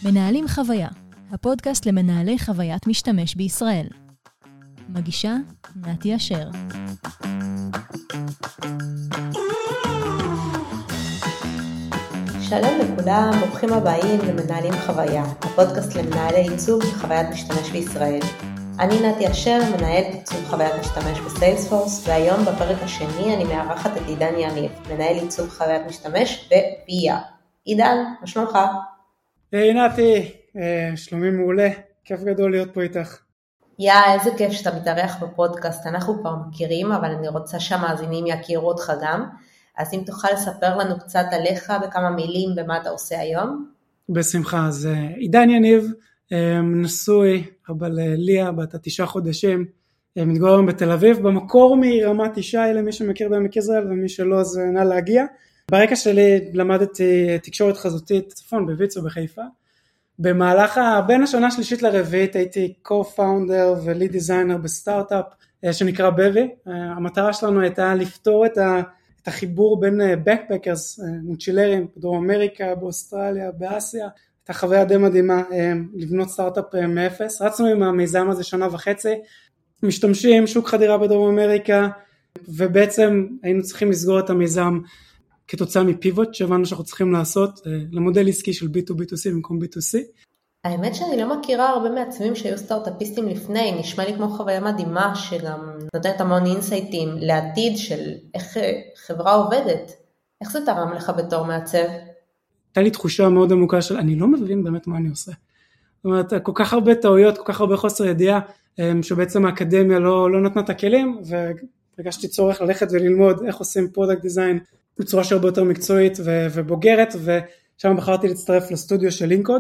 מנהלים חוויה, הפודקאסט למנהלי חוויית משתמש בישראל. מגישה נתי אשר. שלום לכולם, ברוכים הבאים למנהלים חוויה, הפודקאסט למנהלי עיצוב חוויית משתמש בישראל. אני נתי אשר, מנהלת עיצוב חוויית משתמש בסיילספורס, והיום בפרק השני אני מארחת את עידן יניב, מנהל עיצוב חוויית משתמש בוויה. עידן, מה שלומך? היי נתי, שלומי מעולה, כיף גדול להיות פה איתך. איזה כיף שאתה מתארח בפודקאסט, אנחנו כבר מכירים, אבל אני רוצה שהמאזינים יכירו אותך גם. אז אם תוכל לספר לנו קצת עליך בכמה מילים ומה אתה עושה היום? בשמחה, אז עידן יניב, נשוי, אבל ליה, בת 9 חודשים, מתגורר בתל אביב, במקור מרמת ישי, למי שמכיר בעמק יזרעאל, ומי שלא אז נא להגיע. ברקע שלי למדתי תקשורת חזותית צפון בויצו בחיפה. במהלך בין השנה השלישית לרביעית הייתי co-founder וליד דיזיינר בסטארט-אפ שנקרא בבי. המטרה שלנו הייתה לפתור את החיבור בין backpackers, מוצ'ילרים, בדרום אמריקה, באוסטרליה, באסיה. הייתה חוויה די מדהימה לבנות סטארט-אפ מאפס. רצנו עם המיזם הזה 1.5 שנה, משתמשים, שוק חדירה בדרום אמריקה, ובעצם היינו צריכים לסגור את המיזם כתוצאה מפיבוט שהבנו שאנחנו צריכים לעשות למודל עסקי של B2B2C במקום B2C. האמת שאני לא מכירה הרבה מעצבים שהיו סטארט-אפיסטים לפני, נשמע לי כמו חוויה מדהימה שגם נותנת המון אינסייטים לעתיד של איך חברה עובדת. איך זה תרם לך בתור מעצב? הייתה לי תחושה מאוד עמוקה של אני לא מבין באמת מה אני עושה. זאת אומרת, כל כך הרבה טעויות, כל כך הרבה חוסר ידיעה, שבעצם האקדמיה לא נתנה את הכלים, והרגשתי צורך ללכת וללמוד איך עושים פרודקט דיזיין בצורה שהרבה יותר מקצועית ובוגרת, ושם בחרתי להצטרף לסטודיו של לינקוד,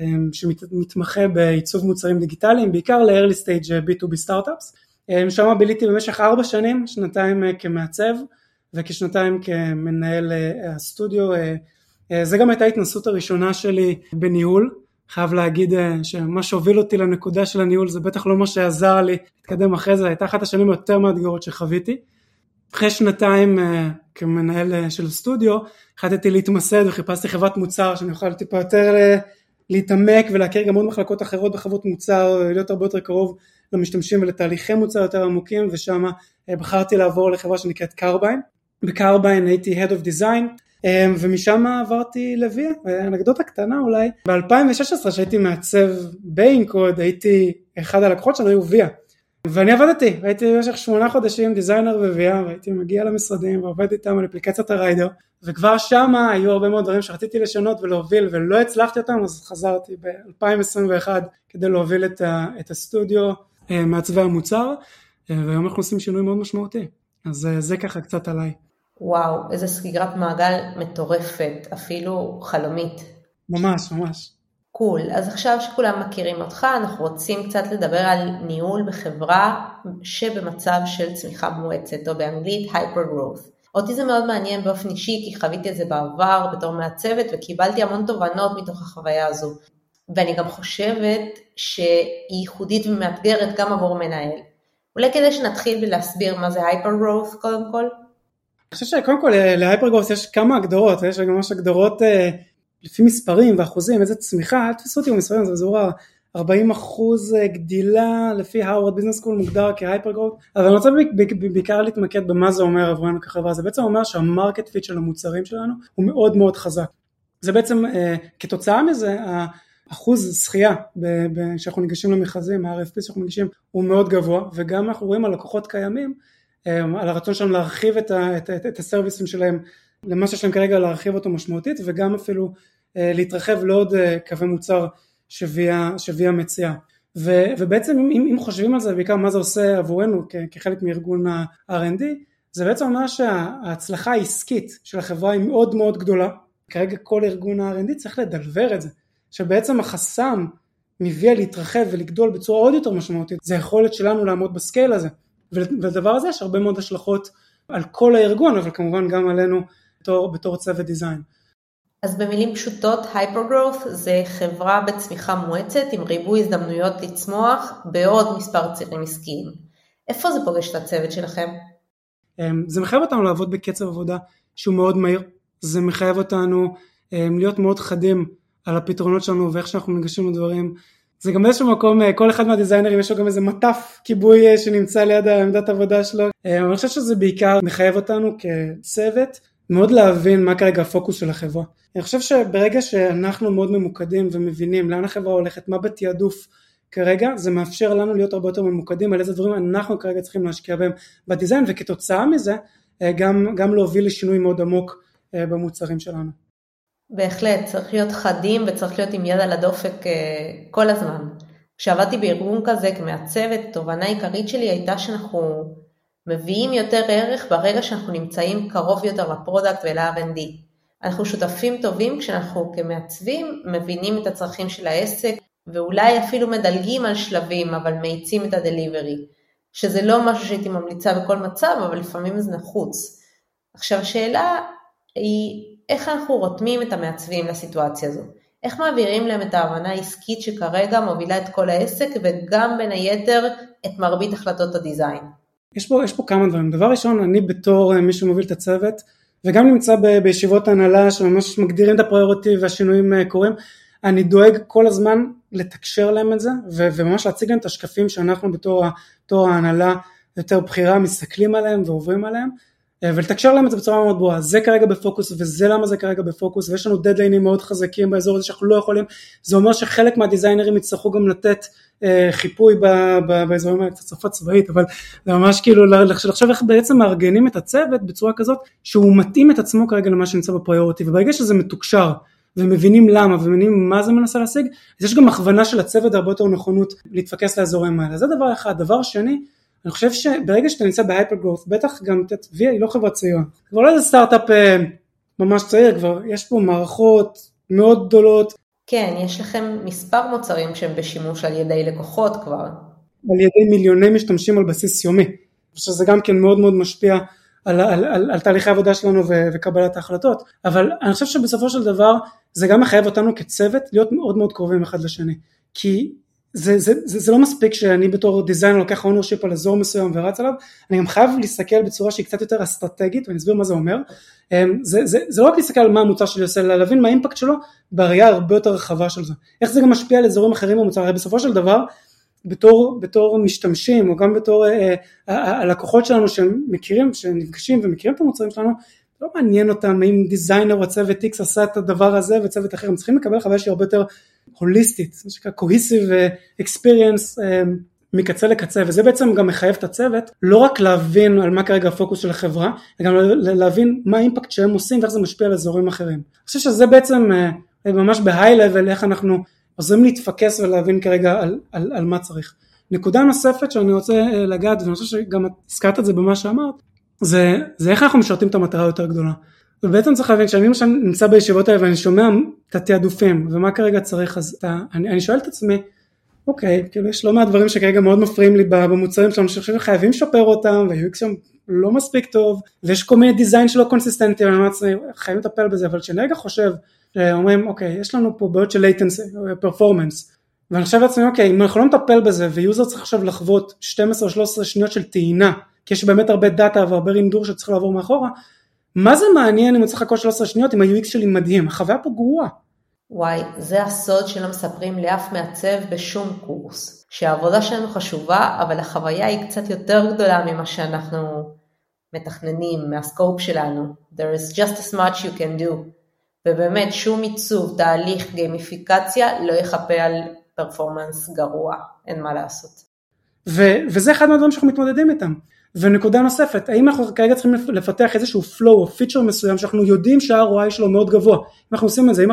שמתמחה בעיצוב מוצרים דיגיטליים, בעיקר ל-early stage B2B סטארט-אפס. שם ביליתי במשך 4 שנים, 2 כמעצב, וכשנתיים כמנהל הסטודיו. זה גם הייתה ההתנסות הראשונה שלי בניהול. חייב להגיד שמה שהוביל אותי לנקודה של הניהול, זה בטח לא מה שעזר לי להתקדם אחרי זה, הייתה אחת השנים יותר מאתגרות שחוויתי. אחרי 2 כמנהל של סטודיו, החלטתי להתמסד וחיפשתי חברת מוצר שאני אוכל טיפה יותר להתעמק ולהכיר גם עוד מחלקות אחרות בחברות מוצר, להיות הרבה יותר קרוב למשתמשים ולתהליכי מוצר יותר עמוקים, ושם בחרתי לעבור לחברה שנקראת קרביין. בקרביין הייתי Head of Design, ומשם עברתי לוויה. אנקדוטה קטנה אולי, ב-2016 שהייתי מעצב באינקוד, הייתי אחד הלקוחות שלנו, היו ויה. ואני הייתי במשך 8 חודשים דיזיינר בוויה, והייתי מגיע למשרדים ועובד איתם על אפליקציית הריידר, וכבר שם היו הרבה מאוד דברים שרציתי לשנות ולהוביל, ולא הצלחתי אותם, אז חזרתי ב-2021 כדי להוביל את הסטודיו מעצבי המוצר, והיום אנחנו עושים שינוי מאוד משמעותי. אז זה ככה קצת עליי. וואו, איזה סגירת מעגל מטורפת, אפילו חלומית. ממש, ממש. קול, אז עכשיו שכולם מכירים אותך, אנחנו רוצים קצת לדבר על ניהול בחברה שבמצב של צמיחה מואצת, או באנגלית hyper growth. אותי זה מאוד מעניין באופן אישי, כי חוויתי את זה בעבר בתור מעצבת, וקיבלתי המון תובנות מתוך החוויה הזו. ואני גם חושבת שהיא ייחודית ומאתגרת גם עבור מנהל. אולי כדי שנתחיל ולהסביר מה זה hyper growth קודם כל? אני חושב שקודם כל להייפר גרוס יש כמה הגדרות, יש גם ממש הגדרות לפי מספרים ואחוזים, איזה צמיחה, אל תפסו אותי במספרים, זה אזור 40% גדילה, לפי הרווארד ביזנס סקול מוגדר כהייפר גרוס, אבל אני רוצה בעיקר להתמקד במה זה אומר עבורנו כחברה. זה בעצם אומר שהמרקט פיט של המוצרים שלנו הוא מאוד מאוד חזק. זה בעצם כתוצאה מזה, האחוז זכייה שאנחנו ניגשים למכרזים, ה-RFP שאנחנו ניגשים הוא מאוד גבוה, וגם אנחנו רואים על לקוחות קיימים, על הרצון שלנו להרחיב את הסרוויסים שלהם למה שיש להם כרגע, להרחיב אותו משמעותית, וגם אפילו להתרחב לעוד קווי מוצר שוויה מציאה. ובעצם אם חושבים על זה, בעיקר מה זה עושה עבורנו כחלק מארגון ה-R&D, זה בעצם אומר שההצלחה העסקית של החברה היא מאוד מאוד גדולה. כרגע כל ארגון ה-R&D צריך לדלבר את זה, שבעצם החסם מביא להתרחב ולגדול בצורה עוד יותר משמעותית, זה היכולת שלנו לעמוד בסקייל הזה. ולדבר הזה יש הרבה מאוד השלכות על כל הארגון, אבל כמובן גם עלינו בתור צוות דיזיין. אז במילים פשוטות, hypergrowth זה חברה בצמיחה מואצת עם ריבוי הזדמנויות לצמוח בעוד מספר צירים עסקיים. איפה זה פוגש את הצוות שלכם? זה מחייב אותנו לעבוד בקצב עבודה שהוא מאוד מהיר, זה מחייב אותנו להיות מאוד חדים על הפתרונות שלנו ואיך שאנחנו ניגשים לדברים. זה גם באיזשהו מקום, כל אחד מהדיזיינרים יש לו גם איזה מטף כיבוי שנמצא ליד עמדת העבודה שלו. אני חושב שזה בעיקר מחייב אותנו כצוות מאוד להבין מה כרגע הפוקוס של החברה. אני חושב שברגע שאנחנו מאוד ממוקדים ומבינים לאן החברה הולכת, מה בתיעדוף כרגע, זה מאפשר לנו להיות הרבה יותר ממוקדים על איזה דברים אנחנו כרגע צריכים להשקיע בהם בדיזיין, וכתוצאה מזה גם להוביל לשינוי מאוד עמוק במוצרים שלנו. בהחלט, צריך להיות חדים וצריך להיות עם יד על הדופק כל הזמן. כשעבדתי בארגון כזה כמעצבת, התובנה העיקרית שלי הייתה שאנחנו מביאים יותר ערך ברגע שאנחנו נמצאים קרוב יותר לפרודקט ול-R&D. אנחנו שותפים טובים כשאנחנו כמעצבים מבינים את הצרכים של העסק, ואולי אפילו מדלגים על שלבים, אבל מאיצים את הדליברי. שזה לא משהו שהייתי ממליצה בכל מצב, אבל לפעמים זה נחוץ. עכשיו השאלה היא, איך אנחנו רותמים את המעצבים לסיטואציה הזו? איך מעבירים להם את ההבנה העסקית שכרגע מובילה את כל העסק, וגם בין היתר את מרבית החלטות הדיזיין? יש פה כמה דברים. דבר ראשון, אני בתור מי שמוביל את הצוות, וגם נמצא בישיבות ההנהלה שממש מגדירים את הפריוריטי והשינויים קורים, אני דואג כל הזמן לתקשר להם את זה, וממש להציג להם את השקפים שאנחנו בתור ההנהלה יותר בחירה, מסתכלים עליהם ועוברים עליהם, ולתקשר להם את זה בצורה מאוד ברורה. זה כרגע בפוקוס, וזה למה זה כרגע בפוקוס, ויש לנו דדליינים מאוד חזקים באזור הזה שאנחנו לא יכולים. זה אומר שחלק מהדיזיינרים יצטרכו גם לתת חיפוי באזורים האלה, קצת שפה צבאית, אבל זה ממש כאילו לחשוב איך בעצם מארגנים את הצוות בצורה כזאת, שהוא מתאים את עצמו כרגע למה שנמצא בפריוריטי, וברגע שזה מתוקשר, ומבינים למה, ומבינים מה זה מנסה להשיג, אז יש גם הכוונה של הצוות הרבה יותר נכונות להתפקס לאזורים האלה. זה דבר אחד. דבר שני, אני חושב שברגע שאתה נמצא בהייפר גרוס, בטח גם VA היא לא חברה צעירה, כבר לא איזה סטארט-אפ ממש צעיר, כבר יש פה מערכות מאוד גדולות. כן, יש לכם מספר מוצרים שהם בשימוש על ידי לקוחות כבר. על ידי מיליוני משתמשים על בסיס יומי, שזה גם כן מאוד מאוד משפיע על תהליכי העבודה שלנו וקבלת ההחלטות, אבל אני חושב שבסופו של דבר זה גם מחייב אותנו כצוות להיות מאוד מאוד קרובים אחד לשני, כי זה לא מספיק שאני בתור דיזיינר לוקח אונרשיפ על אזור מסוים ורץ עליו, אני גם חייב להסתכל בצורה שהיא קצת יותר אסטרטגית, ואני אסביר מה זה אומר. זה לא רק להסתכל על מה המוצר שלי עושה, אלא להבין מה האימפקט שלו בראייה הרבה יותר רחבה של זה, איך זה גם משפיע על אזורים אחרים במוצר. הרי בסופו של דבר בתור משתמשים, או גם בתור הלקוחות שלנו שמכירים, שנפגשים ומכירים את המוצרים שלנו, לא מעניין אותם אם דיזיינר או צוות X עשה את הדבר הזה וצוות אחר, הם צריכים לקבל חוויה שהיא הרבה יותר הוליסטית, מה שנקרא cohesive experience מקצה לקצה, וזה בעצם גם מחייב את הצוות, לא רק להבין על מה כרגע הפוקוס של החברה, אלא גם להבין מה האימפקט שהם עושים ואיך זה משפיע על אזורים אחרים. אני חושב שזה בעצם ממש בהיי לבל, איך אנחנו עוזרים להתפקס ולהבין כרגע על מה צריך. נקודה נוספת שאני רוצה לגעת, ואני חושב שגם הזכרת את זה במה שאמרת, זה איך אנחנו משרתים את המטרה יותר גדולה. ובעצם צריך להבין, כשאני נמצא בישיבות האלה ואני שומע את התיעדופים, ומה כרגע צריך, אז אני שואל את עצמי, אוקיי, כאילו יש לא מעט דברים שכרגע מאוד מפריעים לי במוצרים שלנו, שאני חושב שחייבים לשפר אותם, ו-UX שם לא מספיק טוב, ויש כל מיני דיזיין שלא קונסיסטנטי, ואני אומר, חייבים לטפל בזה, אבל כשאני רגע חושב, אומרים, אוקיי, יש לנו פה בעיות של latency, performance, ואני חושב לעצמי, אוקיי, אם אנחנו לא נטפל בזה, ויוזר צריך עכשיו לחוות 12 או 13 שניות של טעינה, כי יש באמת הרבה דאטה והרבה רינדור שצריך לעבור מאחורה, מה זה מעניין אם הוא צריך לחכות 13 שניות, אם ה-UX שלי מדהים, החוויה פה גרועה. וואי, זה הסוד שלא מספרים לאף מעצב בשום קורס, שהעבודה שלנו חשובה, אבל החוויה היא קצת יותר גדולה ממה שאנחנו מתכננים, מהסקופ שלנו. There is just as much you can do. ובאמת שום עיצוב, תהליך, גיימיפיקציה לא יחפה על פרפורמנס גרוע, אין מה לעשות. וזה אחד מהדברים שאנחנו מתמודדים איתם. ונקודה נוספת, האם אנחנו כרגע צריכים לפתח איזשהו flow או פיצ'ר מסוים שאנחנו יודעים שה-ROI שלו מאוד גבוה. אם אנחנו עושים את זה,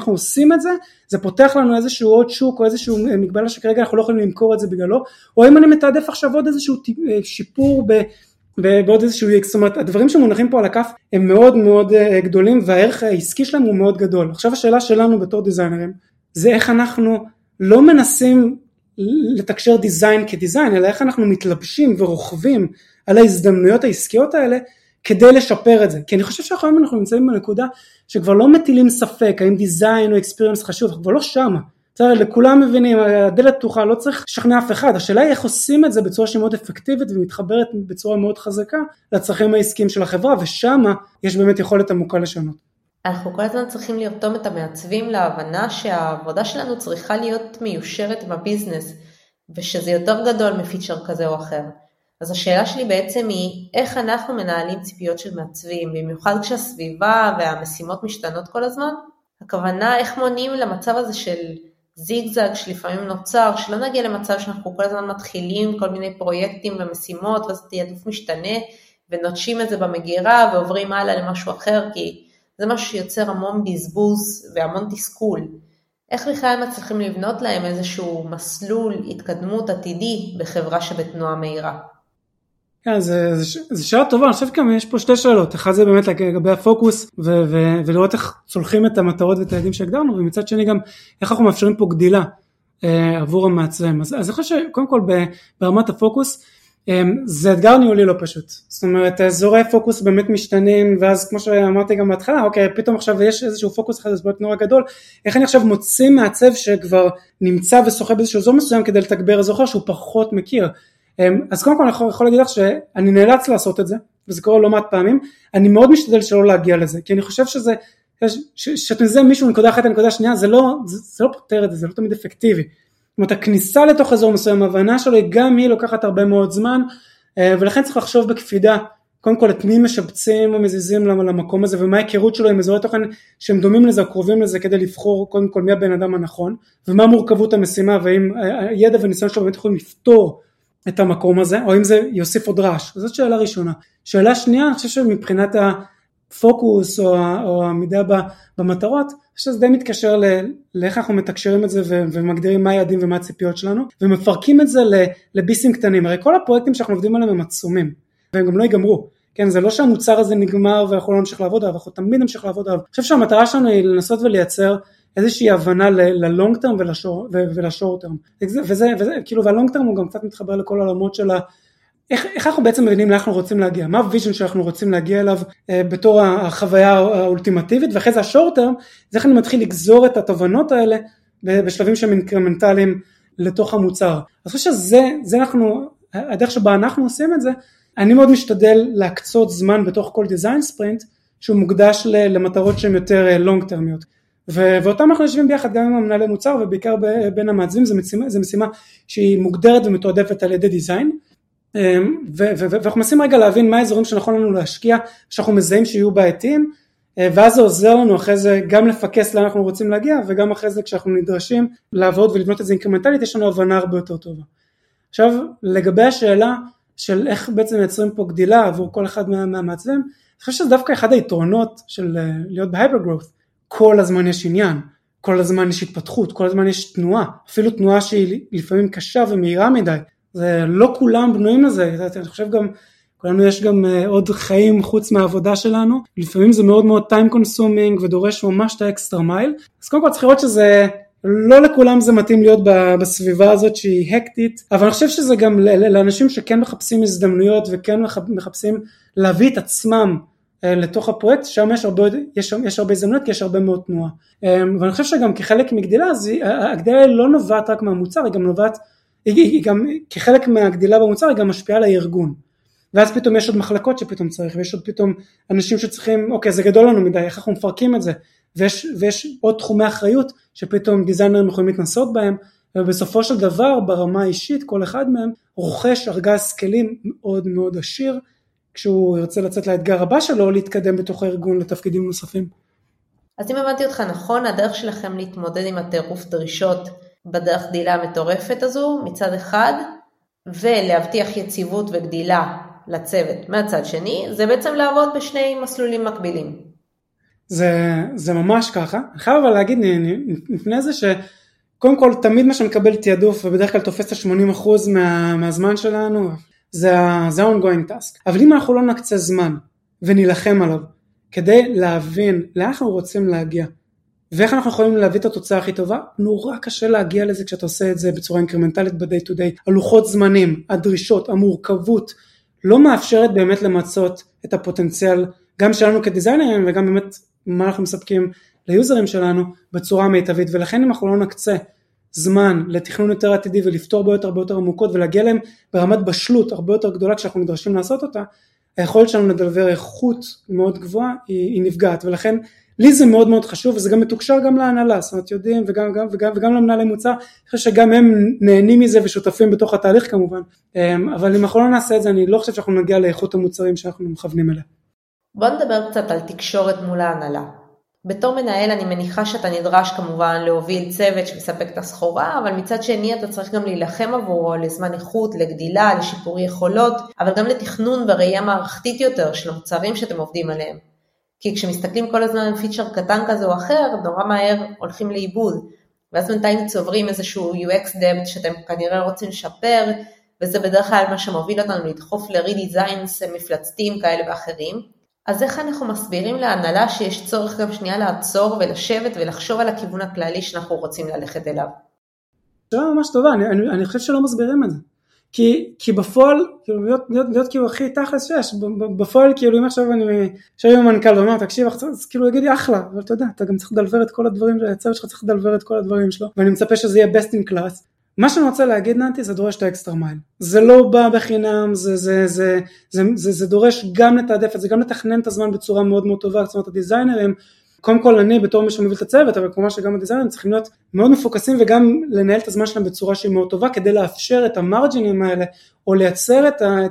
זה פותח לנו איזשהו עוד שוק או איזשהו מגבלה שכרגע אנחנו לא יכולים למכור את זה בגללו, או אם אני מתעדף עכשיו עוד איזשהו שיפור בעוד איזשהו UX. זאת אומרת, הדברים שמונחים פה על הכף הם מאוד מאוד גדולים, והערך העסקי שלהם הוא מאוד גדול. עכשיו השאלה שלנו בתור דיזיינרים, זה איך אנחנו לא מנסים לתקשר דיזיין כדיזיין, אלא איך אנחנו מתלבשים ורוכבים על ההזדמנויות העסקיות האלה, כדי לשפר את זה. כי אני חושב שהיום אנחנו נמצאים בנקודה, שכבר לא מטילים ספק, האם דיזיין או אקספיריאנס חשוב, כבר לא שמה. לכולם מבינים, הדלת פתוחה, לא צריך לשכנע אף אחד. השאלה היא איך עושים את זה בצורה שהיא מאוד אפקטיבית, ומתחברת בצורה מאוד חזקה, לצרכים העסקיים של החברה, ושמה יש באמת יכולת עמוקה לשנות. אנחנו כל הזמן צריכים לרתום את המעצבים להבנה שהעבודה שלנו צריכה להיות מיושרת עם הביזנס, ושזה יותר גדול מפיצ'ר כזה או אחר. אז השאלה שלי בעצם היא, איך אנחנו מנהלים ציפיות של מעצבים, במיוחד כשהסביבה והמשימות משתנות כל הזמן? הכוונה, איך מונעים למצב הזה של זיגזג שלפעמים נוצר, שלא נגיע למצב שאנחנו כל הזמן מתחילים כל מיני פרויקטים ומשימות, ואז תעדוף משתנה, ונוטשים את זה במגירה, ועוברים הלאה למשהו אחר, כי זה משהו שיוצר המון בזבוז והמון תסכול. איך בכלל מצליחים לבנות להם איזשהו מסלול התקדמות עתידי בחברה שבתנועה מהירה? כן, זה שאלה טובה, אני חושב גם יש פה שתי שאלות, אחד זה באמת לגבי הפוקוס ולראות איך צולחים את המטרות ואת היעדים שהגדרנו, ומצד שני גם איך אנחנו מאפשרים פה גדילה עבור המעצבים. אז אני חושב שקודם כל ברמת הפוקוס, זה אתגר ניהולי לא פשוט, זאת אומרת אזורי פוקוס באמת משתנים, ואז כמו שאמרתי גם בהתחלה, אוקיי, פתאום עכשיו יש איזשהו פוקוס אחד, זה באמת נורא גדול, איך אני עכשיו מוציא מעצב שכבר נמצא ושוחה באיזשהו אזור מסוים כדי לתגבר אזור שהוא פחות מכיר. אז קודם כל אני יכול להגיד לך שאני נאלץ לעשות את זה, וזה קורה לא מעט פעמים, אני מאוד משתדל שלא להגיע לזה, כי אני חושב שזה, שתנזה מישהו נקודה אחת לנקודה שנייה, זה לא פותר את זה, זה לא תמיד אפקטיבי. זאת אומרת, הכניסה לתוך אזור מסוים, ההבנה שלו גם היא לוקחת הרבה מאוד זמן, ולכן צריך לחשוב בקפידה, קודם כל את מי משבצים או מזיזים למקום הזה, ומה ההיכרות שלו עם אזורי תוכן שהם דומים לזה או קרובים לזה, כדי לבחור קודם כל מי הבן אדם הנכון, ומה מורכבות המשימה, והאם הידע וניסיון שלו באמת יכולים לפתור את המקום הזה, או אם זה יוסיף עוד רעש. זאת שאלה ראשונה. שאלה שנייה, אני חושב שמבחינת הפוקוס או העמידה במטרות, אני חושב שזה די מתקשר לאיך אנחנו מתקשרים את זה ומגדירים מה היעדים ומה הציפיות שלנו, ומפרקים את זה לביסים קטנים. הרי כל הפרויקטים שאנחנו עובדים עליהם הם עצומים, והם גם לא ייגמרו. כן, זה לא שהמוצר הזה נגמר ואנחנו לא נמשיך לעבוד עליו, אנחנו תמיד נמשיך לעבוד עליו. אני חושב שהמטרה שלנו היא לנסות ולייצר איזושהי הבנה ללונג טרם ולשורט טרם. וזה כאילו, והלונג טרם הוא גם קצת מתחבר לכל העולמות של איך אנחנו בעצם מבינים לאן אנחנו רוצים להגיע, מה הוויז'ן שאנחנו רוצים להגיע אליו בתור החוויה האולטימטיבית, ואחרי זה השורט טרם, זה איך אני מתחיל לגזור את התובנות האלה בשלבים שהם אינקרמנטליים לתוך המוצר. אז חושב שזה אנחנו, הדרך שבה אנחנו עושים את זה, אני מאוד משתדל להקצות זמן בתוך כל דיזיין ספרינט, שהוא מוקדש למטרות שהן יותר לונג טרמיות. ואותם אנחנו יושבים ביחד גם עם המנהלי מוצר, ובעיקר בין המעצבים, זה משימה שהיא מוגדרת ומתועדפת על ידי דיזיין, ואנחנו מנסים רגע להבין מה האזורים שנכון לנו להשקיע, שאנחנו מזהים שיהיו בעייתיים, ואז זה עוזר לנו אחרי זה גם לפקס לאן אנחנו רוצים להגיע, וגם אחרי זה כשאנחנו נדרשים לעבוד ולבנות את זה אינקרמנטלית, יש לנו הבנה הרבה יותר טובה. עכשיו, לגבי השאלה של איך בעצם מייצרים פה גדילה עבור כל אחד מהמעצבים, אני חושב שזה דווקא אחד היתרונות של להיות בהייפר-גרורת, כל הזמן יש עניין, כל הזמן יש התפתחות, כל הזמן יש תנועה, אפילו תנועה שהיא לפעמים קשה ומהירה מדי, זה לא כולם בנויים לזה, אני חושב גם, כולנו יש גם עוד חיים חוץ מהעבודה שלנו, לפעמים זה מאוד מאוד time consuming ודורש ממש את האקסטרה מייל, אז קודם כל צריך לראות שזה, לא לכולם זה מתאים להיות בסביבה הזאת שהיא הקטית, אבל אני חושב שזה גם לאנשים שכן מחפשים הזדמנויות וכן מחפשים להביא את עצמם לתוך הפרויקט, שם יש הרבה הזדמנויות, כי יש הרבה מאוד תנועה. ואני חושב שגם כחלק מגדילה, אז הגדילה לא נובעת רק מהמוצר, היא גם נובעת, היא גם כחלק מהגדילה במוצר, היא גם משפיעה על הארגון. ואז פתאום יש עוד מחלקות שפתאום צריך, ויש עוד פתאום אנשים שצריכים, אוקיי, זה גדול לנו מדי, איך אנחנו מפרקים את זה, ויש עוד תחומי אחריות, שפתאום דיזיינרים יכולים להתנסות בהם, ובסופו של דבר, ברמה האישית, כל אחד מהם רוכש ארגז כלים מאוד מאוד עשיר, כשהוא ירצה לצאת לאתגר הבא שלו, או להתקדם בתוך הארגון לתפקידים נוספים. אז אם הבנתי אותך נכון, הדרך שלכם להתמודד עם הטירוף דרישות בדרך גדילה המטורפת הזו, מצד אחד, ולהבטיח יציבות וגדילה לצוות מהצד שני, זה בעצם לעבוד בשני מסלולים מקבילים. זה ממש ככה. אני חייב אבל להגיד לפני זה שקודם כל תמיד מה שמקבל תיעדוף, ובדרך כלל תופס את 80% מהזמן שלנו, זה ה-ongoing task. אבל אם אנחנו לא נקצה זמן ונילחם עליו, כדי להבין לאן אנחנו רוצים להגיע, ואיך אנחנו יכולים להביא את התוצאה הכי טובה, נורא קשה להגיע לזה כשאתה עושה את זה בצורה אינקרמנטלית ב-day to day. הלוחות זמנים, הדרישות, המורכבות, לא מאפשרת באמת למצות את הפוטנציאל, גם שלנו כדיזיינרים, וגם באמת מה אנחנו מספקים ליוזרים שלנו בצורה מיטבית, ולכן אם אנחנו לא נקצה זמן לתכנון יותר עתידי ולפתור בעיות הרבה יותר עמוקות ולהגיע להם ברמת בשלות הרבה יותר גדולה כשאנחנו נדרשים לעשות אותה, היכולת שלנו לדלבר איכות מאוד גבוהה היא נפגעת, ולכן לי זה מאוד מאוד חשוב, וזה גם מתוקשר גם להנהלה, זאת אומרת יודעים, וגם למנהלי מוצר, אני חושב שגם הם נהנים מזה ושותפים בתוך התהליך כמובן, אבל אם אנחנו לא נעשה את זה, אני לא חושב שאנחנו נגיע לאיכות המוצרים שאנחנו מכוונים אליה. בוא נדבר קצת על תקשורת מול ההנהלה. בתור מנהל אני מניחה שאתה נדרש כמובן להוביל צוות שמספק את הסחורה, אבל מצד שני אתה צריך גם להילחם עבורו לזמן איכות, לגדילה, לשיפור יכולות, אבל גם לתכנון וראייה מערכתית יותר של המוצרים שאתם עובדים עליהם. כי כשמסתכלים כל הזמן על פיצ'ר קטן כזה או אחר, נורא מהר הולכים לאיבוד, ואז בינתיים צוברים איזשהו UX debt שאתם כנראה רוצים לשפר, וזה בדרך כלל מה שמוביל אותנו לדחוף ל-redesigns מפלצתיים כאלה ואחרים. אז איך אנחנו מסבירים להנהלה שיש צורך גם שנייה לעצור ולשבת ולחשוב על הכיוון הכללי שאנחנו רוצים ללכת אליו? שאלה ממש טובה, אני חושב שלא מסבירים את זה. כי בפועל, כאילו, להיות כאילו הכי תכלס שיש, בפועל כאילו אם עכשיו אני יושב עם המנכ"ל ואומר, תקשיב, אז כאילו יגיד לי אחלה, אבל אתה יודע, אתה גם צריך לדלבר את כל הדברים, הצוות שלך צריך לדלבר את כל הדברים שלו, ואני מצפה שזה יהיה best in class. מה שאני רוצה להגיד נתי, זה דורש את האקסטרה מייל. זה לא בא בחינם, זה דורש גם לתעדף את זה, גם לתכנן את הזמן בצורה מאוד מאוד טובה, זאת אומרת הדיזיינרים, קודם כל אני בתור מי שמוביל את הצוות, אבל כמובן שגם הדיזיינרים צריכים להיות מאוד מפוקסים וגם לנהל את הזמן שלהם בצורה שהיא מאוד טובה, כדי לאפשר את המרג'ינים האלה, או לייצר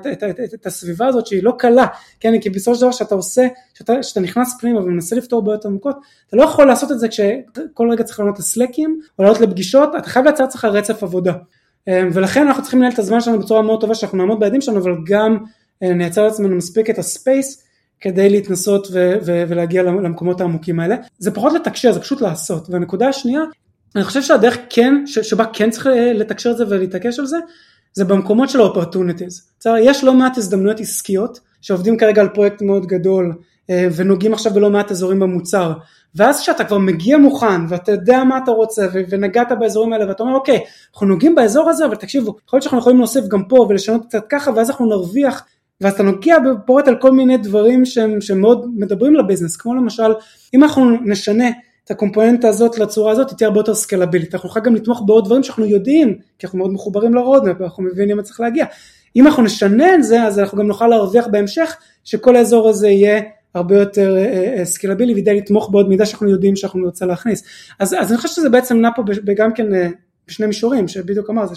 את הסביבה הזאת שהיא לא קלה, כן? כי בסופו של דבר שאתה עושה, שאתה נכנס פנימה ומנסה לפתור בעיות עמוקות, אתה לא יכול לעשות את זה כשכל רגע צריך לענות לסלקים, או לעלות לפגישות, אתה חייב לייצר לך רצף עבודה, ולכן אנחנו צריכים לנהל את הזמן שלנו בצורה מאוד טובה, שאנחנו נעמוד ביעדים שלנו, אבל גם נייצר לעצמנו מספיק את הספייס, כדי להתנסות ולהגיע למקומות העמוקים האלה. זה פחות לתקשר, זה פשוט לעשות. והנקודה השנייה, אני חושב שהדרך כן, שבה כן צריך לתקשר את זה ולהתעקש על זה, זה במקומות של ה-opportunities. יש לא מעט הזדמנויות עסקיות, שעובדים כרגע על פרויקט מאוד גדול, ונוגעים עכשיו בלא מעט אזורים במוצר, ואז כשאתה כבר מגיע מוכן, ואתה יודע מה אתה רוצה, ונגעת באזורים האלה, ואתה אומר, אוקיי, אנחנו נוגעים באזור הזה, אבל תקשיבו, יכול להיות שאנחנו יכולים להוסיף גם פה, ולשנות קצת ככה, ואז אנחנו נרוויח, ואז אתה נוגע בפורט על כל מיני דברים שמאוד מדברים לביזנס, כמו למשל, אם אנחנו נשנה את הקומפוננטה הזאת לצורה הזאת, היא תהיה הרבה יותר סקלבילית, אנחנו יכולים גם לתמוך בעוד דברים שאנחנו יודעים, כי אנחנו מאוד מחוברים לרודמפ, ואנחנו מבינים מה צריך להגיע. אם אנחנו נשנה את זה, אז אנחנו גם נוכל להרוויח בהמשך, שכל האזור הזה יהיה הרבה יותר סקלבילי, וידע לתמוך בעוד מידע שאנחנו יודעים שאנחנו נרצה להכניס. אז אני חושב שזה בעצם נע פה גם כן בשני מישורים, שבדיוק אמר,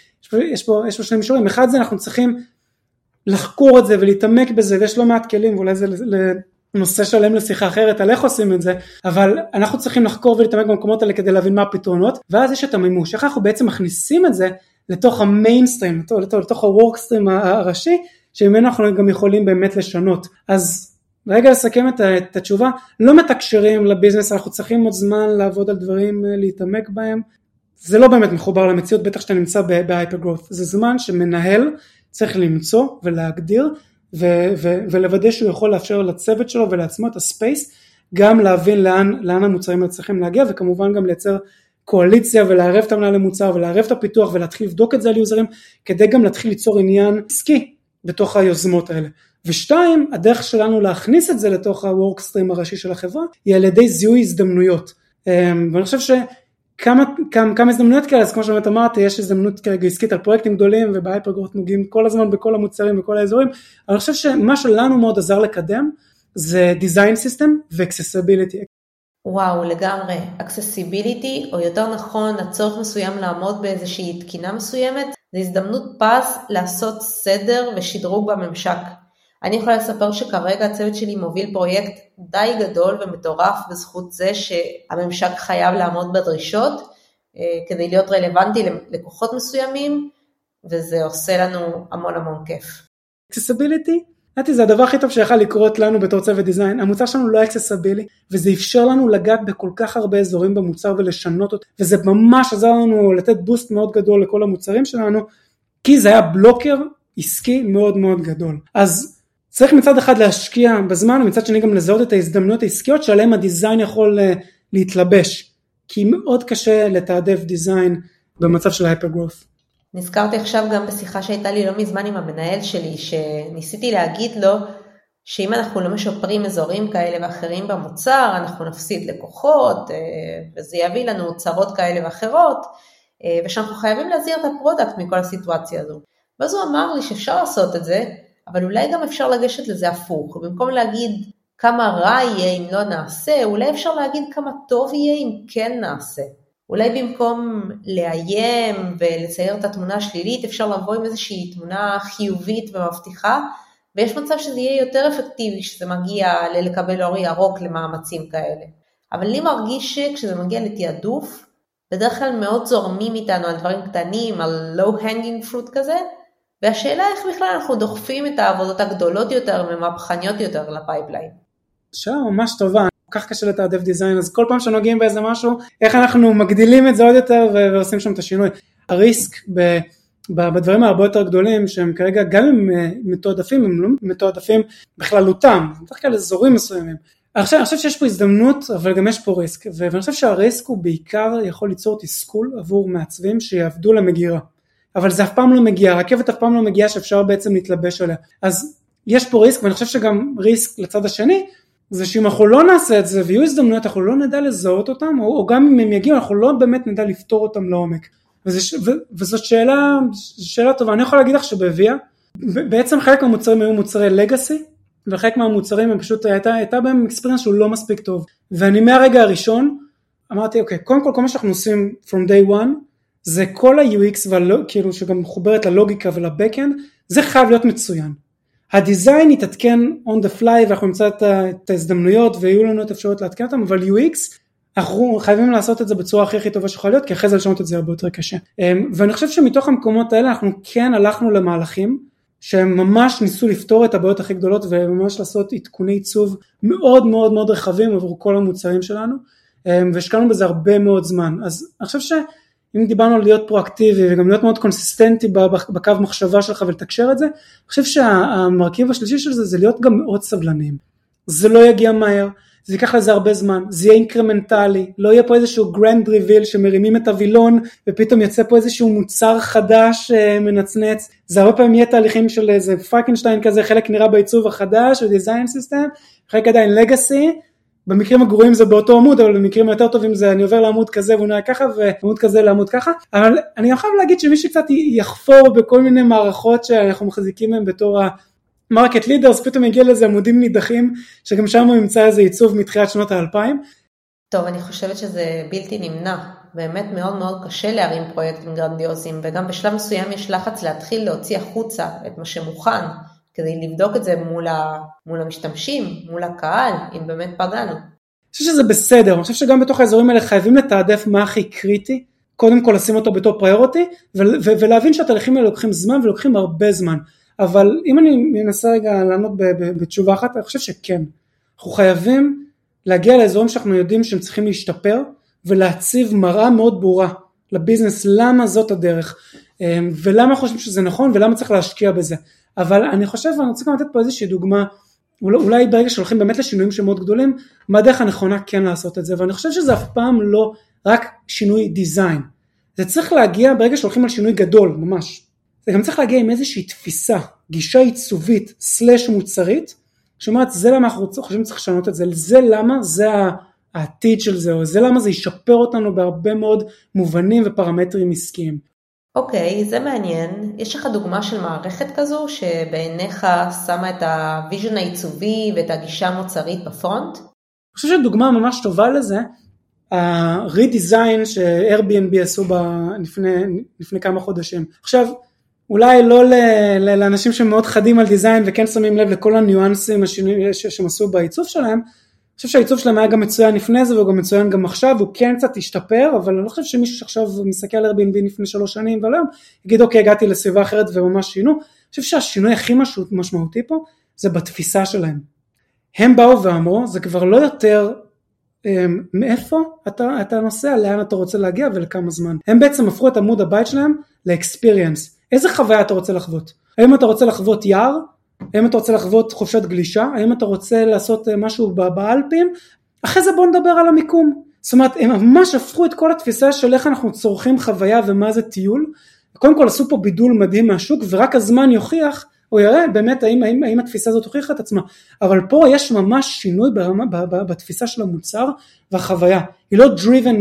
יש פה שני מישורים. אחד זה אנחנו צריכים לחקור את זה ולהתעמק בזה, ויש לא מעט כלים, ואולי זה נושא שלם לשיחה אחרת על איך עושים את זה, אבל אנחנו צריכים לחקור ולהתעמק במקומות האלה כדי להבין מה הפתרונות, ואז יש את המימוש, איך אנחנו בעצם מכניסים את זה לתוך המיינסטרים, לתוך הוורקסטרים הראשי, שממנו אנחנו גם יכולים באמת לשנות. אז רגע לסכם את התשובה, לא מתקשרים לביזנס, אנחנו צריכים עוד זמן לעבוד על דברים, להתעמק בהם, זה לא באמת מחובר למציאות, בטח שאתה נמצא בהייפרגרוט, זה זמן שמנהל צריך למצוא ולהגדיר, ולוודא שהוא יכול לאפשר לצוות שלו ולעצמו את הספייס, גם להבין לאן המוצרים צריכים להגיע, וכמובן גם לייצר קואליציה ולערב את המנהל למוצר, ולערב את הפיתוח ולהתחיל לבדוק את זה על יוזרים, כדי גם להתחיל ליצור עניין עסקי בתוך היוזמות האלה. ושתיים, הדרך שלנו להכניס את זה לתוך הוורקסטרים הראשי של החברה, היא על ידי זיהוי הזדמנויות. ואני חושב כמה הזדמנויות כאלה, אז כמו שבאמת אמרתי, יש הזדמנות כרגע עסקית על פרויקטים גדולים, ובהייפרגרוט נוגעים כל הזמן בכל המוצרים וכל האזורים, אבל אני חושב שמה שלנו מאוד עזר לקדם, זה design system ו-accessibility. וואו, לגמרי. accessibility, או יותר נכון, הצורך מסוים לעמוד באיזושהי תקינה מסוימת, זה הזדמנות פס לעשות סדר ושדרוג בממשק. אני יכולה לספר שכרגע הצוות שלי מוביל פרויקט די גדול ומטורף בזכות זה שהממשק חייב לעמוד בדרישות כדי להיות רלוונטי ללקוחות מסוימים, וזה עושה לנו המון המון כיף. accessibility, זה הדבר הכי טוב שיכל לקרות לנו בתור צוות דיזיין. המוצר שלנו לא accessibility, וזה אפשר לנו לגעת בכל כך הרבה אזורים במוצר ולשנות אותו, וזה ממש עזר לנו לתת בוסט מאוד גדול לכל המוצרים שלנו, כי זה היה בלוקר עסקי מאוד מאוד גדול. אז צריך מצד אחד להשקיע בזמן, ומצד שני גם לזהות את ההזדמנויות העסקיות שעליהן הדיזיין יכול להתלבש, כי מאוד קשה לתעדף דיזיין במצב של הייפרגרוט. נזכרתי עכשיו גם בשיחה שהייתה לי לא מזמן עם המנהל שלי, שניסיתי להגיד לו שאם אנחנו לא משפרים אזורים כאלה ואחרים במוצר, אנחנו נפסיד לקוחות, וזה יביא לנו צרות כאלה ואחרות, ושאנחנו חייבים להזהיר את הפרודקט מכל הסיטואציה הזו. ואז הוא אמר לי שאפשר לעשות את זה, אבל אולי גם אפשר לגשת לזה הפוך, במקום להגיד כמה רע יהיה אם לא נעשה, אולי אפשר להגיד כמה טוב יהיה אם כן נעשה. אולי במקום לאיים ולצייר את התמונה השלילית, אפשר לבוא עם איזושהי תמונה חיובית ומבטיחה, ויש מצב שזה יהיה יותר אפקטיבי כשזה מגיע לקבל אור ירוק למאמצים כאלה. אבל לי מרגיש שכשזה מגיע לתיעדוף, בדרך כלל מאוד זורמים איתנו על דברים קטנים, על low hanging fruit כזה, והשאלה איך בכלל אנחנו דוחפים את העבודות הגדולות יותר ומהפכניות יותר לפייפליין. שאלה ממש טובה, כל כך קשה לתעדף דיזיין, אז כל פעם שנוגעים באיזה משהו, איך אנחנו מגדילים את זה עוד יותר ועושים שם את השינוי. הריסק בדברים הרבה יותר גדולים, שהם כרגע גם הם מתועדפים, הם לא מתועדפים בכללותם, בדרך כלל אזורים מסוימים. אני חושב שיש פה הזדמנות, אבל גם יש פה ריסק, ואני חושב שהריסק הוא בעיקר יכול ליצור תסכול עבור מעצבים שיעבדו למגירה. אבל זה אף פעם לא מגיע, הרכבת אף פעם לא מגיעה שאפשר בעצם להתלבש עליה. אז יש פה ריסק, ואני חושב שגם ריסק לצד השני, זה שאם אנחנו לא נעשה את זה, ויהיו הזדמנויות, אנחנו לא נדע לזהות אותם, או גם אם הם יגיעו, אנחנו לא באמת נדע לפתור אותם לעומק. וזאת שאלה טובה. אני יכול להגיד לך שבוויה, בעצם חלק מהמוצרים היו מוצרי לגאסי, וחלק מהמוצרים הם פשוט הייתה בהם אקספריאנס שהוא לא מספיק טוב. ואני מהרגע הראשון, אמרתי, אוקיי, קודם כל, כל מה שאנחנו עושים from day one, זה כל ה-UX, כאילו שגם מחוברת ללוגיקה ולבקאנד, זה חייב להיות מצוין. הדיזיין יתעדכן on the fly, ואנחנו נמצא את ההזדמנויות, ויהיו לנו את האפשרות להתקן אותם, אבל UX, אנחנו חייבים לעשות את זה בצורה הכי טובה שיכולה להיות, כי אחרי זה לשנות את זה הרבה יותר קשה. ואני חושב שמתוך המקומות האלה, אנחנו כן הלכנו למהלכים, שהם ממש ניסו לפתור את הבעיות הכי גדולות, וממש לעשות עדכוני עיצוב מאוד מאוד מאוד רחבים, עבור כל המוצרים שלנו, והשקענו בזה הרבה מאוד זמן. אז אני חושב שאם דיברנו על להיות פרואקטיבי, וגם להיות מאוד קונסיסטנטי בקו מחשבה שלך, ולתקשר את זה, אני חושב שהמרכיב השלישי של זה, זה להיות גם מאוד סבלניים. זה לא יגיע מהר, זה ייקח לזה הרבה זמן, זה יהיה אינקרמנטלי, לא יהיה פה איזשהו גרנד ריביל שמרימים את הווילון, ופתאום יצא פה איזשהו מוצר חדש מנצנץ, זה הרבה פעמים יהיה תהליכים של איזה פרקנשטיין כזה, חלק נראה בעיצוב החדש, או דיזיין סיסטם, חלק עדיין לגאסי, במקרים הגרועים זה באותו עמוד, אבל במקרים יותר טובים זה אני עובר לעמוד כזה והוא נראה ככה, ועמוד כזה לעמוד ככה, אבל אני יכול להגיד שמי שקצת יחפור בכל מיני מערכות שאנחנו מחזיקים מהם בתור מרקט לידרס, פתאום יגיע לזה עמודים נידחים, שגם שם הוא ימצא איזה עיצוב מתחילת שנות ה-2000. טוב, אני חושבת שזה בלתי נמנע, באמת מאוד מאוד קשה להרים פרויקטים גרנדיוזיים, וגם בשלב מסוים יש לחץ להתחיל להוציא החוצה את מה שמוכן, כדי לבדוק את זה מול המשתמשים, מול הקהל, אם באמת פגענו. אני חושב שזה בסדר, אני חושב שגם בתוך האזורים האלה חייבים לתעדף מה הכי קריטי, קודם כל לשים אותו בתור פריוריטי, ולהבין שהתהליכים האלה לוקחים זמן ולוקחים הרבה זמן. אבל אם אני מנסה רגע לענות בתשובה אחת, אני חושב שכן. אנחנו חייבים להגיע לאזורים שאנחנו יודעים שהם צריכים להשתפר, ולהציב מראה מאוד ברורה לביזנס, למה זאת הדרך, ולמה חושבים שזה נכון, ולמה צריך להשקיע בזה. אבל אני חושב, ואני רוצה גם לתת פה איזושהי דוגמה, אולי ברגע שהולכים באמת לשינויים שמאוד גדולים, מה הדרך הנכונה כן לעשות את זה, ואני חושב שזה אף פעם לא רק שינוי דיזיין. זה צריך להגיע ברגע שהולכים על שינוי גדול, ממש. זה גם צריך להגיע עם איזושהי תפיסה, גישה עיצובית סלש מוצרית, שאומרת, זה למה אנחנו חושבים צריך לשנות את זה, זה למה זה העתיד של זה, או זה למה זה ישפר אותנו בהרבה מאוד מובנים ופרמטרים עסקיים. אוקיי, זה מעניין. יש לך דוגמה של מערכת כזו, שבעיניך שמה את הוויז'ן העיצובי ואת הגישה המוצרית בפרונט? אני חושב שדוגמה ממש טובה לזה, ה-redesign ש-Airbnb עשו לפני כמה חודשים. עכשיו, אולי לא לאנשים שמאוד חדים על דיזיין וכן שמים לב לכל הניואנסים שהם עשו בעיצוב שלהם, אני חושב שהעיצוב שלהם היה גם מצוין לפני זה, והוא גם מצוין גם עכשיו, הוא כן קצת השתפר, אבל אני לא חושב שמישהו שעכשיו מסתכל על Airbnb לפני 3 שנים, ולא יגיד, אוקיי, הגעתי לסביבה אחרת וממש שינו. אני חושב שהשינוי הכי משמעותי פה, זה בתפיסה שלהם. הם באו ואמרו, זה כבר לא יותר מאיפה אתה נוסע, לאן אתה רוצה להגיע ולכמה זמן. הם בעצם הפכו את עמוד הבית שלהם ל-experience. איזה חוויה אתה רוצה לחוות? האם אתה רוצה לחוות יער? האם אתה רוצה לחוות חופשת גלישה? האם אתה רוצה לעשות משהו באלפים? אחרי זה בוא נדבר על המיקום. זאת אומרת, הם ממש הפכו את כל התפיסה של איך אנחנו צורכים חוויה ומה זה טיול. קודם כל עשו פה בידול מדהים מהשוק, ורק הזמן יוכיח, או יראה באמת האם התפיסה הזאת הוכיחה את עצמה. אבל פה יש ממש שינוי בתפיסה של המוצר והחוויה. היא לא driven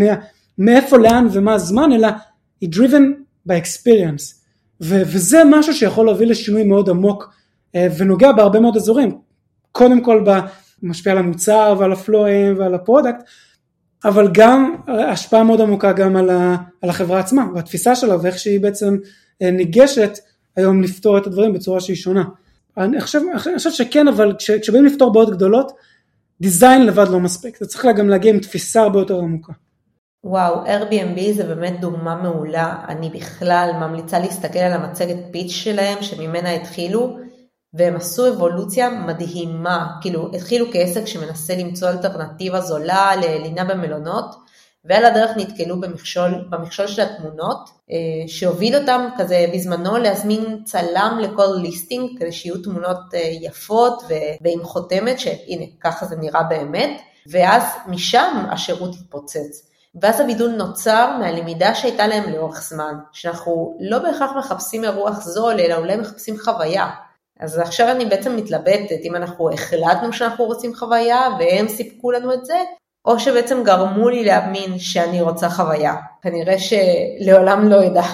מאיפה לאן ומה הזמן, אלא היא driven by-experience. וזה משהו שיכול להביא לשינוי מאוד עמוק, ונוגע בהרבה מאוד אזורים. קודם כל משפיע על המוצר ועל הפלואים ועל הפרודקט, אבל גם השפעה מאוד עמוקה גם על החברה עצמה, והתפיסה שלה ואיך שהיא בעצם ניגשת היום לפתור את הדברים בצורה שהיא שונה. אני חושב שכן, אבל כשבאים לפתור בעיות גדולות, דיזיין לבד לא מספיק, זה צריך גם להגיע עם תפיסה הרבה יותר עמוקה. וואו, Airbnb זה באמת דוגמה מעולה, אני בכלל ממליצה להסתכל על המצגת פיץ' שלהם, שממנה התחילו, והם עשו אבולוציה מדהימה, כאילו התחילו כעסק שמנסה למצוא אלטרנטיבה זולה ללינה במלונות, ועל הדרך נתקלו במכשול של התמונות, שהוביל אותם כזה בזמנו להזמין צלם לכל ליסטינג, כדי שיהיו תמונות יפות ועם חותמת, שהנה ככה זה נראה באמת, ואז משם השירות התפוצץ. ואז הבידול נוצר מהלמידה שהייתה להם לאורך זמן, שאנחנו לא בהכרח מחפשים אירוח זול, אלא אולי מחפשים חוויה. אז עכשיו אני בעצם מתלבטת, אם אנחנו החלטנו שאנחנו רוצים חוויה, והם סיפקו לנו את זה, או שבעצם גרמו לי להאמין שאני רוצה חוויה. כנראה שלעולם לא ידע.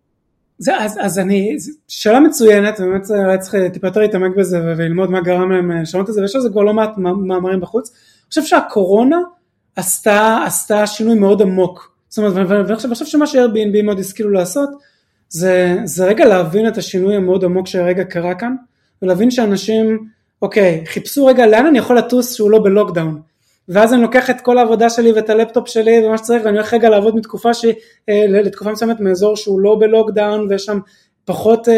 אז שאלה מצוינת, באמת צריך טיפה יותר להתעמק בזה, וללמוד מה גרם להם לשנות את זה, ויש לזה כבר לא מעט מאמרים בחוץ. אני חושב שהקורונה עשתה שינוי מאוד עמוק. זאת אומרת, ואני חושב שמה ש-Airbnb מאוד השכילו לעשות, זה רגע להבין את השינוי המאוד עמוק שהרגע קרה כאן, ולהבין שאנשים, אוקיי, חיפשו רגע לאן אני יכול לטוס שהוא לא בלוקדאון, ואז אני לוקח את כל העבודה שלי ואת הלפטופ שלי ומה שצריך, ואני הולך רגע לעבוד לתקופה מסוימת מאזור שהוא לא בלוקדאון, ויש שם פחות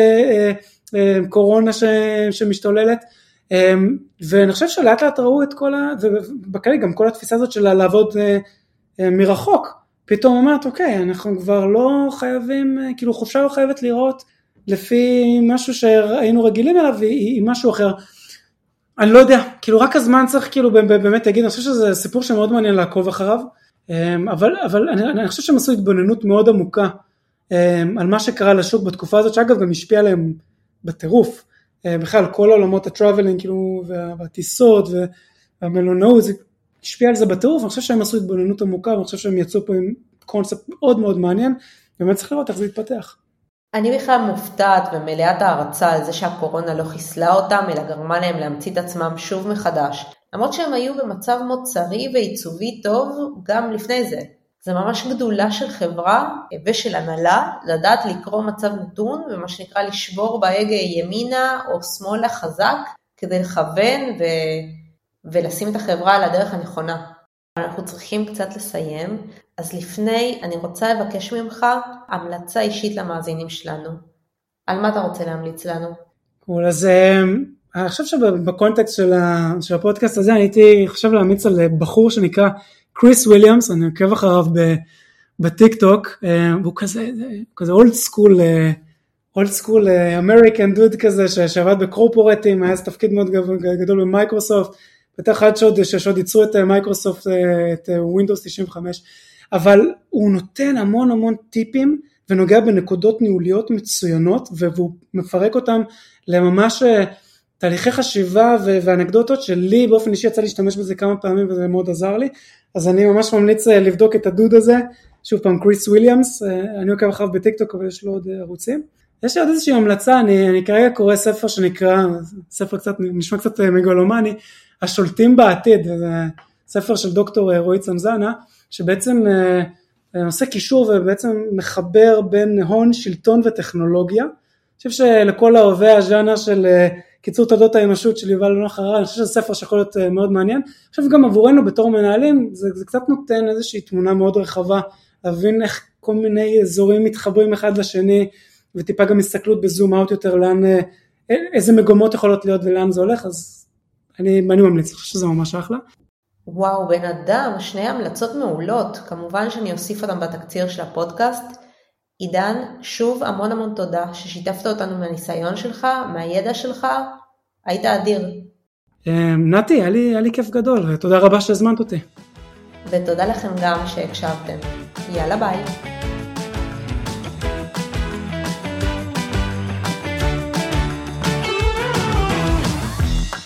קורונה שמשתוללת, ואני חושב שלאט לאט ראו את כל, ובכלל גם כל התפיסה הזאת של לעבוד מרחוק, פתאום אומרת, אוקיי, אנחנו כבר לא חייבים, כאילו חופשה לא חייבת לראות לפי משהו שהיינו רגילים אליו, היא משהו אחר. אני לא יודע, כאילו רק הזמן צריך כאילו באמת להגיד, אני חושב שזה סיפור שמאוד מעניין לעקוב אחריו, אבל אני חושב שהם עשו התבוננות מאוד עמוקה, על מה שקרה לשוק בתקופה הזאת, שאגב גם השפיע עליהם בטירוף, בכלל כל עולמות הטראבלינג, כאילו, והטיסות והמלונאות, זה השפיע על זה בטירוף, אני חושב שהם עשו התבוננות עמוקה, ואני חושב שהם יצאו פה עם קונספט מאוד מאוד מעניין, ובאמת צריך לראות איך זה יתפתח. אני בכלל מופתעת ומלאת הערצה על זה שהקורונה לא חיסלה אותם, אלא גרמה להם להמציא את עצמם שוב מחדש. למרות שהם היו במצב מוצרי ועיצובי טוב גם לפני זה. זה ממש גדולה של חברה ושל הנהלה, לדעת לקרוא מצב נתון, ומה שנקרא לשבור בהגה ימינה או שמאלה חזק, כדי לכוון ולשים את החברה על הדרך הנכונה. אנחנו צריכים קצת לסיים, אז לפני אני רוצה לבקש ממך המלצה אישית למאזינים שלנו. על מה אתה רוצה להמליץ לנו? אז אני חושב שבקונטקסט של הפודקאסט הזה, אני הייתי חושב להמליץ על בחור שנקרא קריס וויליאמס, אני עוקב אחריו בטיק טוק, והוא כזה אולד סקול אמריקן דוד כזה, שעבד בקורפורטים, היה תפקיד מאוד גדול במייקרוסופט, בטח עד שעוד ייצרו את מייקרוסופט, את ווינדוס 95, אבל הוא נותן המון טיפים, ונוגע בנקודות ניהוליות מצוינות, והוא מפרק אותם לממש תהליכי חשיבה ואנקדוטות, שלי באופן אישי יצא להשתמש בזה כמה פעמים, וזה מאוד עזר לי, אז אני ממש ממליץ לבדוק את הדוד הזה, שוב פעם קריס וויליאמס, אני עוקב אחריו בטיקטוק, אבל יש לו עוד ערוצים. יש לי עוד איזושהי המלצה, אני כרגע קורא ספר שנקרא, ספר נשמע קצת מגלומני, השולטים בעתיד, זה ספר של דוקטור רועי צנזנה, שבעצם עושה קישור ובעצם מחבר בין הון, שלטון וטכנולוגיה. אני חושב שלכל ההווה הז'אנר של קיצור תולדות האנושות של יובל נוח הררי, אני חושב שזה ספר שיכול להיות מאוד מעניין. אני חושב גם עבורנו בתור מנהלים, זה קצת נותן איזושהי תמונה מאוד רחבה, להבין איך כל מיני אזורים מתחברים אחד לשני, וטיפה גם הסתכלות בזום אאוט יותר, איזה מגמות יכולות להיות ולאן זה הולך, אז אני ממליץ, אני חושב שזה ממש אחלה. וואו, בן אדם, שני המלצות מעולות, כמובן שאני אוסיף אותם בתקציר של הפודקאסט. עידן, שוב המון תודה ששיתפת אותנו מהניסיון שלך, מהידע שלך, היית אדיר. נתי, היה לי כיף גדול, ותודה רבה שהזמנת אותי. ותודה לכם גם שהקשבתם. יאללה ביי.